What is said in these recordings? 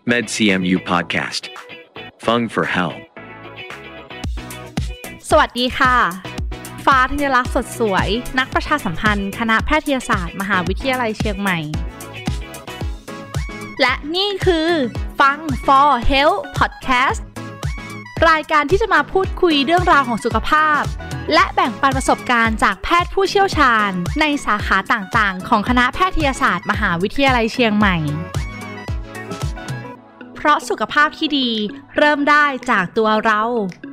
MedCMU Podcast Fung for Health สวัสดีค่ะฟ้าธัญลักษณ์สดสวยนักประชาสัมพันธ์คณะแพทยศาสตร์มหาวิทยาลัยเชียงใหม่และนี่คือฟัง for Health Podcast รายการที่จะมาพูดคุยเรื่องราวของสุขภาพและแบ่งปันประสบการณ์จากแพทย์ผู้เชี่ยวชาญในสาขาต่างๆของคณะแพทยศาสตร์มหาวิทยาลัยเชียงใหม่เพราะสุขภาพที่ดีเริ่มได้จากตัวเรา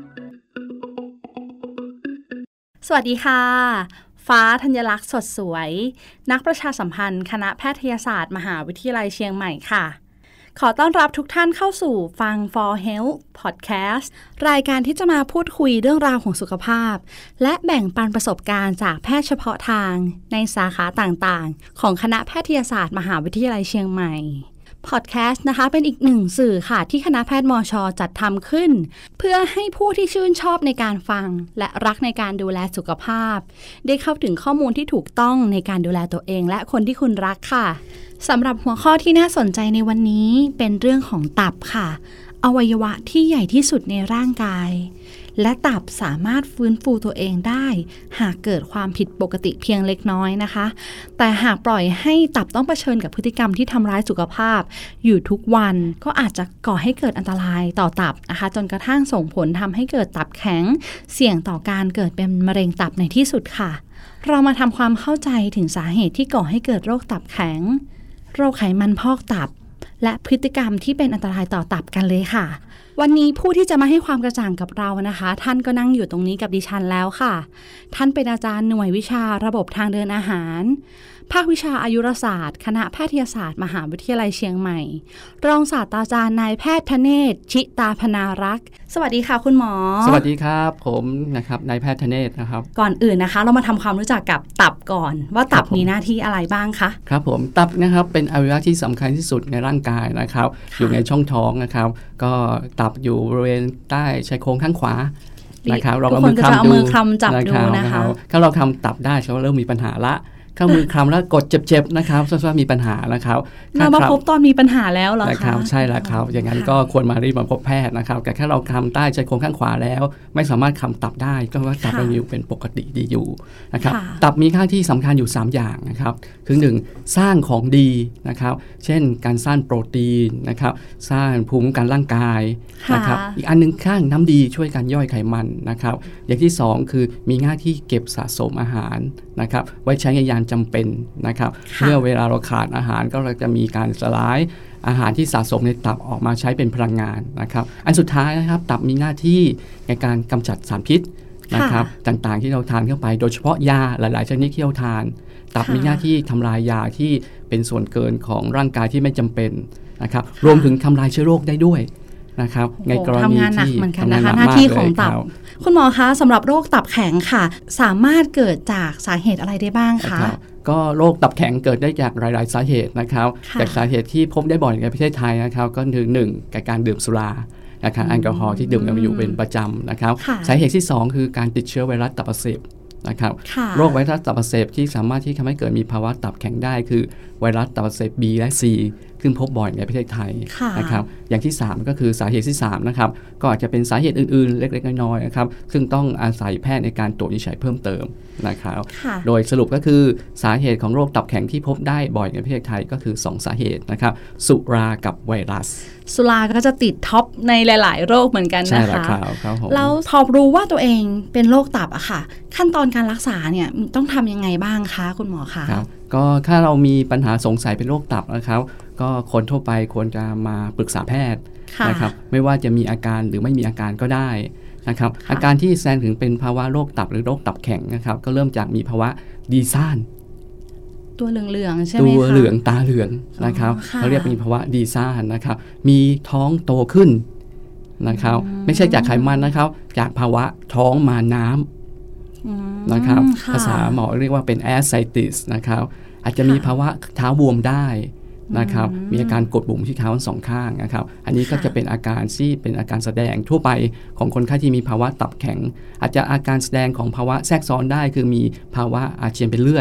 สวัสดีค่ะฟ้าธัญลักษณ์สดสวยนักประชาสัมพันธ์คณะแพทยศาสตร์มหาวิทยาลัยเชียงใหม่ค่ะขอต้อนรับทุกท่านเข้าสู่ฟัง for Health Podcast รายการที่จะมาพูดคุยเรื่องราวของสุขภาพและแบ่งปันประสบการณ์จากแพทย์เฉพาะทางในสาขาต่างๆของคณะแพทยศาสตร์มหาวิทยาลัยเชียงใหม่พอดแคสต์นะคะเป็นอีกหนึ่งสื่อค่ะที่คณะแพทย์มช.จัดทำขึ้นเพื่อให้ผู้ที่ชื่นชอบในการฟังและรักในการดูแลสุขภาพได้เข้าถึงข้อมูลที่ถูกต้องในการดูแลตัวเองและคนที่คุณรักค่ะสำหรับหัวข้อที่น่าสนใจในวันนี้เป็นเรื่องของตับค่ะอวัยวะที่ใหญ่ที่สุดในร่างกายและตับสามารถฟื้นฟูตัวเองได้หากเกิดความผิดปกติเพียงเล็กน้อยนะคะแต่หากปล่อยให้ตับต้องเผชิญกับพฤติกรรมที่ทำร้ายสุขภาพอยู่ทุกวันก็อาจจะก่อให้เกิดอันตรายต่อตับนะคะจนกระทั่งส่งผลทำให้เกิดตับแข็งเสี่ยงต่อการเกิดเป็นมะเร็งตับในที่สุดค่ะเรามาทำความเข้าใจถึงสาเหตุที่ก่อให้เกิดโรคตับแข็งโรคไขมันพอกตับและพฤติกรรมที่เป็นอันตรายต่อตับกันเลยค่ะวันนี้ผู้ที่จะมาให้ความกระจ่างกับเรานะคะท่านก็นั่งอยู่ตรงนี้กับดิฉันแล้วค่ะท่านเป็นอาจารย์หน่วยวิชาระบบทางเดินอาหารภาควิชาอายุรศาสตร์คณะแพทยศาสตร์มหาวิทยาลัยเชียงใหม่รองศาสตราจารย์นายแพทย์ธเนศชิตาพนารักษ์สวัสดีค่ะคุณหมอสวัสดีครับผมนะครับนายแพทย์ธเนศนะครับก่อนอื่นนะคะเรามาทำความรู้จักกับตับก่อนว่าตับมีหน้าที่อะไรบ้างคะครับผมตับนะครับเป็นอวัยวะที่สำคัญที่สุดในร่างกายนะครับอยู่ในช่องท้องนะครับก็ตับอยู่บริเวณใต้ชายโครงข้างขวานะครับเราเอามือคลำจับดูนะคะถ้าเราทำตับได้เราเริ่มมีปัญหาละเข้ามือคลำแล้วกดเจ็บๆนะครับส่วนๆมีปัญหานะครับเรามาพบตอนมีปัญหาแล้วเหรอคะใช่แล้วครับอย่างนั้นก็ควรมารีบมาพบแพทย์นะครับแต่แค่เราคลำใต้ชายโครงข้างขวาแล้วไม่สามารถคลำตับได้ก็ว่าตับยังอยู่เป็นปกติดีอยู่นะครับตับมีหน้าที่สำคัญอยู่3อย่างนะครับคือ1สร้างของดีนะครับเช่นการสร้างโปรตีนนะครับสร้างภูมิคุ้มกันร่างกายนะครับอีกอันนึงข้างน้ำดีช่วยการย่อยไขมันนะครับอย่างที่2คือมีหน้าที่เก็บสะสมอาหารนะครับไว้ใช้ในยามจำเป็นนะครับเมื่อเวลาเราขาดอาหารก็เราจะมีการสลายอาหารที่สะสมในตับออกมาใช้เป็นพลังงานนะครับอันสุดท้ายนะครับตับมีหน้าที่ในการกำจัดสารพิษนะครับต่างๆที่เราทานเข้าไปโดยเฉพาะยาหลายๆชนิดที่เราทานตับมีหน้าที่ทำลายยาที่เป็นส่วนเกินของร่างกายที่ไม่จำเป็นนะครับรวมถึงทำลายเชื้อโรคได้ด้วยนะครับในกรณีที่ทำงานหนักเหมือนกันนะคะหน้าที่ของตับคุณหมอคะสำหรับโรคตับแข็งค่ะสามารถเกิดจากสาเหตุอะไรได้บ้างคะก็โรคตับแข็งเกิดได้จากหลายๆสาเหตุนะครับแต่สาเหตุที่พบได้บ่อยในประเทศไทยนะครับก็คือ1การดื่มสุรานะครับแอลกอฮอล์ที่ดื่มกันอยู่เป็นประจำนะครับสาเหตุที่2คือการติดเชื้อไวรัสตับอักเสบนะครับโรคไวรัสตับอักเสบที่สามารถที่ทำให้เกิดมีภาวะตับแข็งได้คือไวรัสตับอักเสบ B และ C ซึ่งพบบ่อยในประเทศไทยนะครับอย่างที่3ก็คือสาเหตุที่3นะครับก็อาจจะเป็นสาเหตุอื่นๆเล็กๆน้อยๆนะครับซึ่งต้องอาศัยแพทย์ในการตรวจวินิจฉัยเพิ่มเติมนะครับโดยสรุปก็คือสาเหตุของโรคตับแข็งที่พบได้บ่อยในประเทศไทยก็คือ2สาเหตุนะครับสุรากับไวรัสสุราก็จะติดท็อปในหลายๆโรคเหมือนกันนะคะใช่แล้วครับแล้วพอรู้ว่าตัวเองเป็นโรคตับอะค่ะขั้นตอนการรักษาเนี่ยต้องทำยังไงบ้างคะคุณหมอคะก็ถ้าเรามีปัญหาสงสัยเป็นโรคตับนะครับก็คนทั่วไปควรจะมาปรึกษาแพทย์นะครับไม่ว่าจะมีอาการหรือไม่มีอาการก็ได้นะครับอาการที่แสดงถึงเป็นภาวะโรคตับหรือโรคตับแข็งนะครับก็เริ่มจากมีภาวะดีซ่านตัวเหลืองๆใช่ไหมคะตัวเหลืองตาเหลืองนะครับเขาเรียกมีภาวะดีซ่านนะครับมีท้องโตขึ้นนะครับไม่ใช่จากไขมันนะครับจากภาวะท้องมาน้ำนะครับภาษาหมอเรียกว่าเป็น ascites นะครับอาจจะมีภาวะเท้าบวมได้นะครับมีอาการกดปุ่มที่เท้าทั้งสองข้างนะครับอันนี้ก็จะเป็นอาการที่เป็นอาการแสดงทั่วไปของคนไข้ที่มีภาวะตับแข็งอาจจะอาการแสดงของภาวะแทรกซ้อนได้คือมีภาวะอาเจียนเป็นเลือด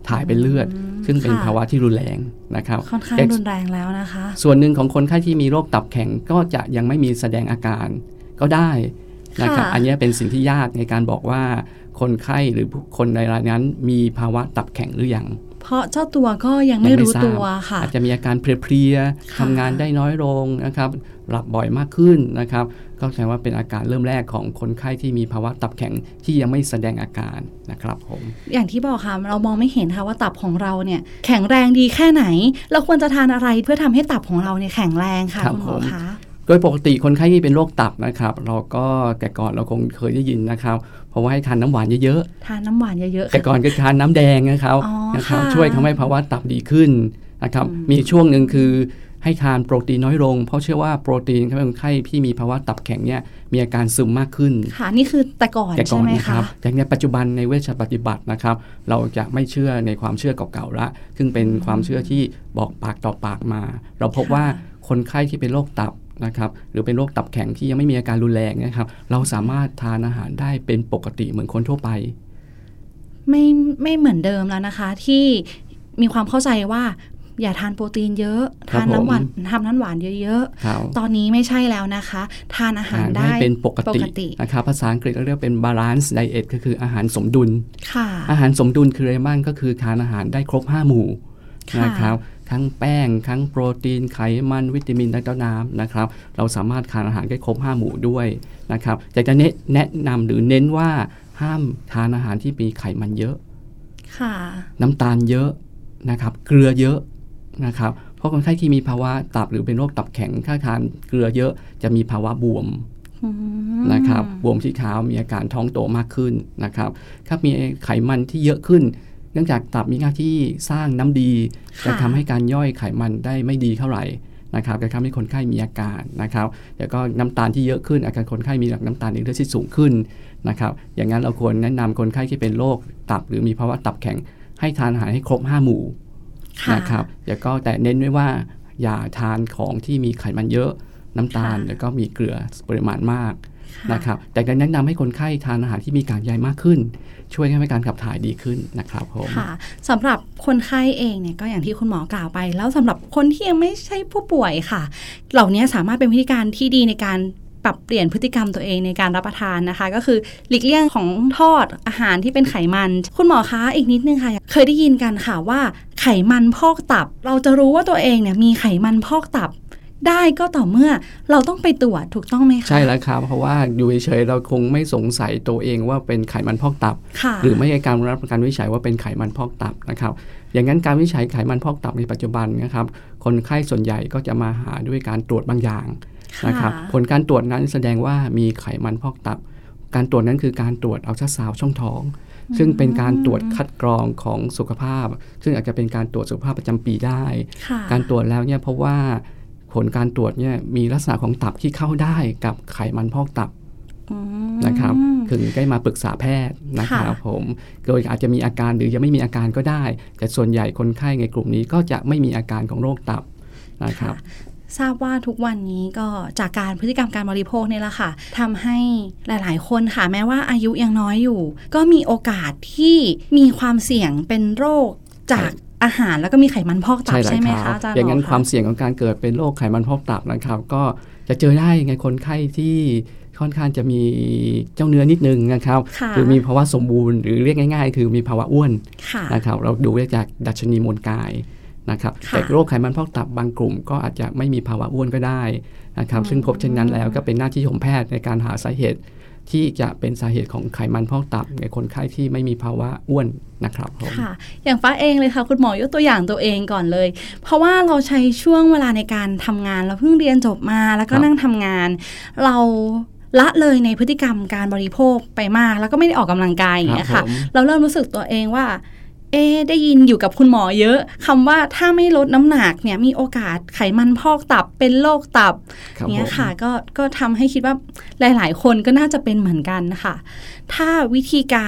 ถ่ายเป็นเลือดซึ่งเป็นภาวะที่รุนแรงนะครับค่อนข้างรุนแรงแล้วนะคะส่วนหนึ่งของคนไข้ที่มีโรคตับแข็งก็จะยังไม่มีแสดงอาการก็ได้นะครับอันนี้เป็นสิ่งที่ยากในการบอกว่าคนไข้หรือคนในรายนั้นมีภาวะตับแข็งหรือยังเพราะเจ้าตัวก็ยังไม่รู้ตัวค่ะอาจจะมีอาการเพลียๆทำงานได้น้อยลงนะครับหลับบ่อยมากขึ้นนะครับก็แสดงว่าเป็นอาการเริ่มแรกของคนไข้ที่มีภาวะตับแข็งที่ยังไม่แสดงอาการนะครับผมอย่างที่บอกค่ะเรามองไม่เห็นค่ะว่าตับของเราเนี่ยแข็งแรงดีแค่ไหนเราควรจะทานอะไรเพื่อทำให้ตับของเราเนี่ยแข็งแรงค่ะคุณหมอคะโดยปกติคนไข้ที่เป็นโรคตับนะครับเราก็แต่ก่อนเราคงเคยได้ยินนะครับเพราะว่าให้ทานน้ำหวานเยอะๆทานน้ำหวานเยอะๆแต่ก่อนก็ทานน้ำแดงนะครับช่วยทำให้ภาวะตับดีขึ้นนะครับมีช่วงหนึ่งคือให้ทานโปรตีนน้อยลงเพราะเชื่อว่าโปรตีนคนไข้ที่มีภาวะตับแข็งเนี่ยมีอาการซึมมากขึ้นค่ะนี่คือแต่ก่อนใช่ไหมคะแต่ในปัจจุบันในเวชปฏิบัตินะครับเราจะไม่เชื่อในความเชื่อเก่าๆละซึ่งเป็นความเชื่อที่บอกปากต่อปากมาเราพบว่าคนไข้ที่เป็นโรคตับนะครับหรือเป็นโรคตับแข็งที่ยังไม่มีอาการรุนแรงนะครับเราสามารถทานอาหารได้เป็นปกติเหมือนคนทั่วไปไม่เหมือนเดิมแล้วนะคะที่มีความเข้าใจว่าอย่าทานโปรตีนเยอะทานน้ำหวานเยอะๆตอนนี้ไม่ใช่แล้วนะคะทานอาหารได้เป็นปกตินะครับภาษาอังกฤษเรียกเป็น balance diet ก็คืออาหารสมดุลอาหารสมดุลคืออะไรบ้างก็คือทานอาหารได้ครบ5หมู่นะครับทั้งแป้งทั้งโปรตีนไขมันวิตามินและน้ำนะครับเราสามารถทานอาหารได้ครบ5หมู่ด้วยนะครับแต่จะแนะนำหรือเน้นว่าห้ามทานอาหารที่มีไขมันเยอะน้ำตาลเยอะนะครับเกลือเยอะนะครับเพราะคนไข้ที่มีภาวะตับหรือเป็นโรคตับแข็งถ้าทานเกลือเยอะจะมีภาวะบวมนะครับบวมที่เท้ามีอาการท้องโตมากขึ้นนะครับถ้ามีไขมันที่เยอะขึ้นเนื่องจากตับมีหน้าที่สร้างน้ำดีจะทำให้การย่อยไขมันได้ไม่ดีเท่าไหร่นะครับจะทำให้คนไข้มีอาการนะครับแล้วก็น้ำตาลที่เยอะขึ้นอาการคนไข้มีระดับน้ำตาลในเลือดที่สูงขึ้นนะครับอย่างนั้นเราควรแนะนำคนไข้ที่เป็นโรคตับหรือมีภาวะตับแข็งให้ทานอาหารให้ครบ5หมู่นะครับแล้วก็แต่เน้นไว้ว่าอย่าทานของที่มีไขมันเยอะน้ำตาลแล้วก็มีเกลือปริมาณมากนะครับแต่แนะนำให้คนไข้ทานอาหารที่มีกากใยมากขึ้นช่วยให้การขับถ่ายดีขึ้นนะครับผมค่ะสำหรับคนไข้เองเนี่ยก็อย่างที่คุณหมอกล่าวไปแล้วสำหรับคนที่ยังไม่ใช่ผู้ป่วยค่ะเหล่านี้สามารถเป็นวิธีการที่ดีในการปรับเปลี่ยนพฤติกรรมตัวเองในการรับประทานนะคะก็คือหลีกเลี่ยงของทอดอาหารที่เป็นไขมันคุณหมอคะอีกนิดนึงค่ะเคยได้ยินกันค่ะว่าไขมันพอกตับเราจะรู้ว่าตัวเองเนี่ยมีไขมันพอกตับได้ก็ต่อเมื่อเราต้องไปตรวจถูกต้องไหมคะใช่แล้วครับเพราะว่าอยู่เฉยๆเราคงไม่สงสัยตัวเองว่าเป็นไขมันพอกตับหรือไม่ใช่การรับการวินิจฉัยว่าเป็นไขมันพอกตับนะครับอย่างนั้นการวินิจฉัยไขมันพอกตับในปัจจุบันนะครับคนไข้ส่วนใหญ่ก็จะมาหาด้วยการตรวจบางอย่างนะครับผลการตรวจนั้นแสดงว่ามีไขมันพอกตับการตรวจนั้นคือการตรวจอัลตราซาวด์ช่องท้องซึ่งเป็นการตรวจคัดกรองของสุขภาพซึ่งอาจจะเป็นการตรวจสุขภาพประจำปีได้การตรวจแล้วเนี่ยเพราะว่าผลการตรวจเนี่ยมีลักษณะของตับที่เข้าได้กับไขมันพอกตับนะครับถึงได้มาปรึกษาแพทย์นะครับผมโดยอาจจะมีอาการหรือยังไม่มีอาการก็ได้แต่ส่วนใหญ่คนไข้ในกลุ่มนี้ก็จะไม่มีอาการของโรคตับนะครับทราบว่าทุกวันนี้ก็จากการพฤติกรรมการบริโภคนี่แหละค่ะทำให้หลายๆคนค่ะแม้ว่าอายุยังน้อยอยู่ก็มีโอกาสที่มีความเสี่ยงเป็นโรคจากอาหารแล้วก็มีไขมันพอกตับใช่ไหมคะอาจารย์อย่างนั้นความเสี่ยงของการเกิดเป็นโรคไขมันพอกตับนะครับก็จะเจอได้ไงคนไข้ที่ค่อนข้างจะมีเจ้าเนื้อนิดนึงนะครับหรือมีภาวะสมบูรณ์หรือเรียกง่ายๆคือมีภาวะอ้วนนะครับเราดูได้จากดัชนีมวลกายนะครับแต่โรคไขมันพอกตับบางกลุ่มก็อาจจะไม่มีภาวะอ้วนก็ได้นะครับซึ่งพบเช่นนั้นแล้วก็เป็นหน้าที่ของแพทย์ในการหาสาเหตุที่จะเป็นสาเหตุของไขมันพอกตับในคนไข้ที่ไม่มีภาวะอ้วนนะครับค่ะอย่างฟ้าเองเลยค่ะคุณหมอยกตัวอย่างตัวเองก่อนเลยเพราะว่าเราใช้ช่วงเวลาในการทำงานเราเพิ่งเรียนจบมาแล้วก็นั่งทำงานเราละเลยในพฤติกรรมการบริโภคไปมากแล้วก็ไม่ได้ออกกำลังกายอย่างเงี้ยค่ะเราเริ่มรู้สึกตัวเองว่าได้ยินอยู่กับคุณหมอเยอะคำว่าถ้าไม่ลดน้ำหนักเนี่ยมีโอกาสไขมันพอกตับเป็นโรคตับเนี่ยค่ะก็ทำให้คิดว่าหลายๆคนก็น่าจะเป็นเหมือนกันค่ะถ้าวิธีการ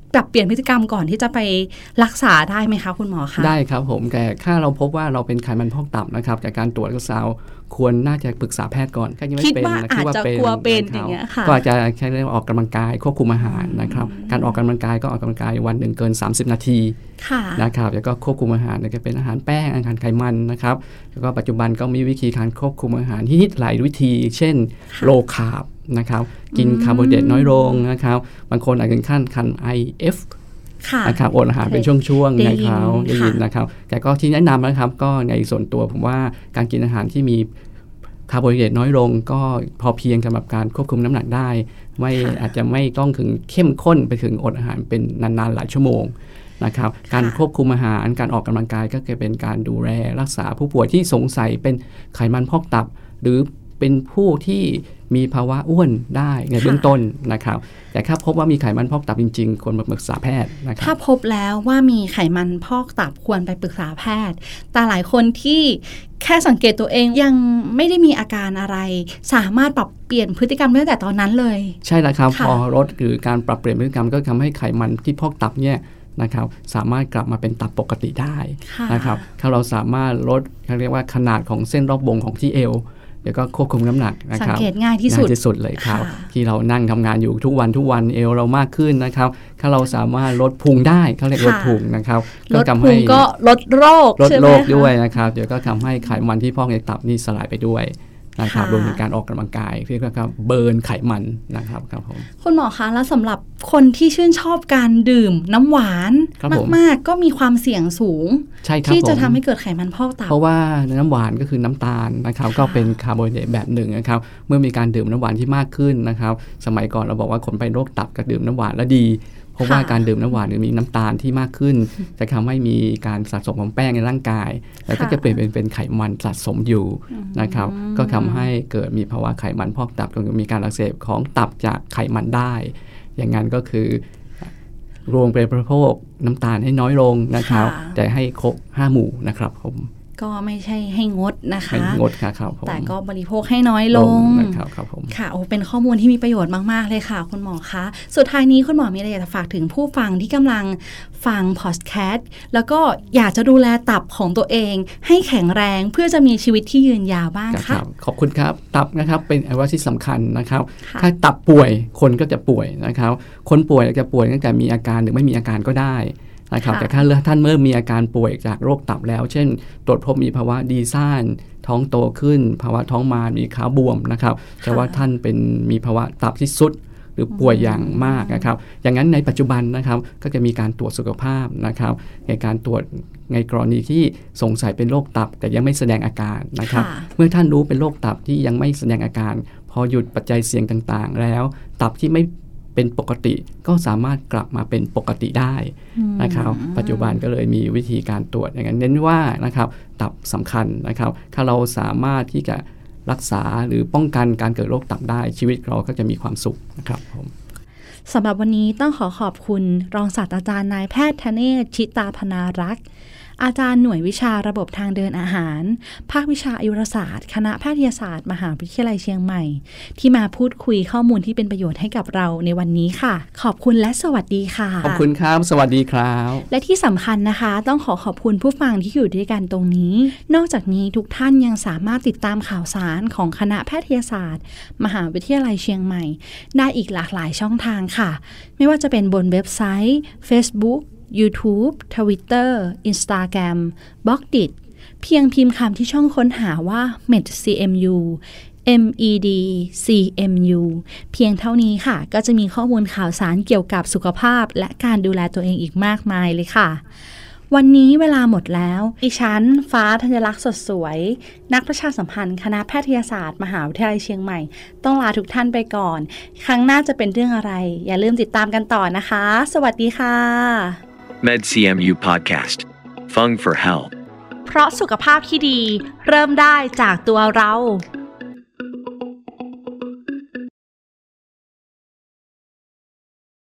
ปรับเปลี่ยนพฤติกรรมก่อนที่จะไปรักษาได้ไหมคะคุณหมอคะได้ครับผมแต่ถ้าเราพบว่าเราเป็นไขมันพอกตับนะครับจากการตรวจอัลตราซาวด์ควรน่าจะปรึกษาแพทย์ก่อนคิดว่าอาจจะกลัวเป็นอย่างเงี้ยค่ะก็อาจจะใช้เรื่องออกกำลังกายควบคุมอาหารนะครับการออกกำลังกายก็ออกกำลังกายวันหนึ่งเกิน30นาทีนะครับแล้วก็ควบคุมอาหารจะเป็นอาหารแป้งอาหารไขมันนะครับแล้วก็ปัจจุบันก็มีวิธีการควบคุมอาหารที่หลายวิธีเช่นโลคาร์บนะครับกินคาร์โบไฮเดรตน้อยลงนะครับบางคนอาจจะถึงขั้น IF นะครับอดอาหารเป็นช่วงๆนะครับได้ยินนะครับแต่ก็ที่แนะนำนะครับก็ในส่วนตัวผมว่าการกินอาหารที่มีคาร์โบไฮเดรตน้อยลงก็พอเพียงสำหรับการควบคุมน้ำหนักได้ไม่อาจจะไม่ต้องถึงเข้มข้นไปถึงอดอาหารเป็นนานๆหลายชั่วโมงนะครับการควบคุมอาหารการออกกำลังกายก็จะเป็นการดูแลรักษาผู้ป่วยที่สงสัยเป็นไขมันพอกตับหรือเป็นผู้ที่มีภาวะอ้วนได้ในเบื้องต้นนะครับแต่ถ้าพบว่ามีไขมันพอกตับจริงๆควรมาปรึกษาแพทย์นะครับถ้าพบแล้วว่ามีไขมันพอกตับควรไปปรึกษาแพทย์แต่หลายคนที่แค่สังเกตตัวเองยังไม่ได้มีอาการอะไรสามารถปรับเปลี่ยนพฤติกรรมตั้งแต่ตอนนั้นเลยใช่แล้วครับพอลดหรือการปรับเปลี่ยนพฤติกรรมก็ทำให้ไขมันที่พอกตับเนี่ยนะครับสามารถกลับมาเป็นตับปกติได้นะครับถ้าเราสามารถลดเขาเรียกว่าขนาดของเส้นรอบวงของที่เอวเดี๋ยวก็ควบคุมน้ำหนักนะครับสังเกตง่ายที่สุดเลยครับที่เรานั่งทำงานอยู่ทุกวันเอวเรามากขึ้นนะครับถ้าเราสามารถลดพุงได้เขาเรียกลดพุงนะครับลดพุงก็ลดโรคด้วยนะครับเดี๋ยวก็ทำให้ไขมันที่พอกในตับนี่สลายไปด้วยนะครับรวมถึงการออกกำลังกายเรียกว่าเบิร์นไขมันนะครับครับผมคุณหมอคะแล้วสำหรับคนที่ชื่นชอบการดื่มน้ำหวานมากๆก็มีความเสี่ยงสูงที่จะทำให้เกิดไขมันพอกตับเพราะว่าน้ำหวานก็คือน้ำตาลนะครับก็เป็นคาร์โบไฮเดรตแบบหนึ่งนะครับเมื่อมีการดื่มน้ำหวานที่มากขึ้นนะครับสมัยก่อนเราบอกว่าคนเป็นโรคตับก็ดื่มน้ำหวานแล้วดีเพราะว่าการดื่มน้ำหวานหรือมีน้ำตาลที่มากขึ้นจะทำให้มีการสะสมของแป้งในร่างกายแล้วก็จะเปลี่ยนเป็นไขมันสะสมอยู่นะครับก็ทำให้เกิดมีภาวะไขมันพอกตับก็มีการอักเสบของตับจากไขมันได้อย่างนั้นก็คือรวมไปบริโภคน้ำตาลให้น้อยลงนะครับแต่ให้ครบ5หมู่นะครับผมก็ไม่ใช่ให้งดนะคะให้งดครับผมแต่ก็บริโภคให้น้อยลงครับผมค่ะโอ้เป็นข้อมูลที่มีประโยชน์มากๆเลยค่ะคุณหมอคะสุดท้ายนี้คุณหมอมีอะไรอยากจะฝากถึงผู้ฟังที่กำลังฟังพอดแคสต์แล้วก็อยากจะดูแลตับของตัวเองให้แข็งแรงเพื่อจะมีชีวิตที่ยืนยาวบ้างค่ะขอบคุณครับตับนะครับเป็นอวัยวะที่สำคัญนะครับถ้าตับป่วยคนก็จะป่วยนะครับคนป่วยจะป่วยตั้งแต่มีอาการหรือไม่มีอาการก็ได้นะครับแต่ถ้าท่านเมื่อมีอาการป่วยจากโรคตับแล้วเช่นตรวจพบมีภาวะดีซ่านท้องโตขึ้นภาวะท้องมารมีขาบวมนะครับแต่ว่าท่านเป็นมีภาวะตับที่สุดหรือป่วยอย่างมากนะครับอย่างนั้นในปัจจุบันนะครับก็จะมีการตรวจสุขภาพนะครับในการตรวจในกรณีที่สงสัยเป็นโรคตับแต่ยังไม่แสดงอาการนะครับเมื่อท่านรู้เป็นโรคตับที่ยังไม่แสดงอาการพอหยุดปัจจัยเสี่ยงต่างๆแล้วตับที่ไม่เป็นปกติก็สามารถกลับมาเป็นปกติได้นะครับปัจจุบันก็เลยมีวิธีการตรวจอย่างนั้นเน้นว่านะครับตับสำคัญนะครับถ้าเราสามารถที่จะรักษาหรือป้องกันการเกิดโรคตับได้ชีวิตเราก็จะมีความสุขนะครับผมสำหรับวันนี้ต้องขอบคุณรองศาสตราจารย์นายแพทย์ธเนศ ชิตาพนารักษ์อาจารย์หน่วยวิชาระบบทางเดินอาหารภาควิชาอายุรศาสตร์คณะแพทยศาสตร์มหาวิทยาลัยเชียงใหม่ที่มาพูดคุยข้อมูลที่เป็นประโยชน์ให้กับเราในวันนี้ค่ะขอบคุณและสวัสดีค่ะขอบคุณครับสวัสดีครับและที่สำคัญนะคะต้องขอบคุณผู้ฟังที่อยู่ด้วยกันตรงนี้นอกจากนี้ทุกท่านยังสามารถติดตามข่าวสารของคณะแพทยศาสตร์มหาวิทยาลัยเชียงใหม่ได้อีกหลากหลายช่องทางค่ะไม่ว่าจะเป็นบนเว็บไซต์ Facebook YouTube Twitter Instagram Blogdit เพียงพิมพ์คำที่ช่องค้นหาว่า medcmu medcmu เพียงเท่านี้ค่ะก็จะมีข้อมูลข่าวสารเกี่ยวกับสุขภาพและการดูแลตัวเองอีกมากมายเลยค่ะวันนี้เวลาหมดแล้วดิฉันฟ้าธัญลักษณ์สดสวยนักประชาสัมพันธ์คณะแพทยศาสตร์มหาวิทยาลัยเชียงใหม่ต้องลาทุกท่านไปก่อนครั้งหน้าจะเป็นเรื่องอะไรอย่าลืมติดตามกันต่อนะคะสวัสดีค่ะ MedCMU Podcast Fung for Health เพราะสุขภาพที่ดีเริ่มได้จากตัวเรา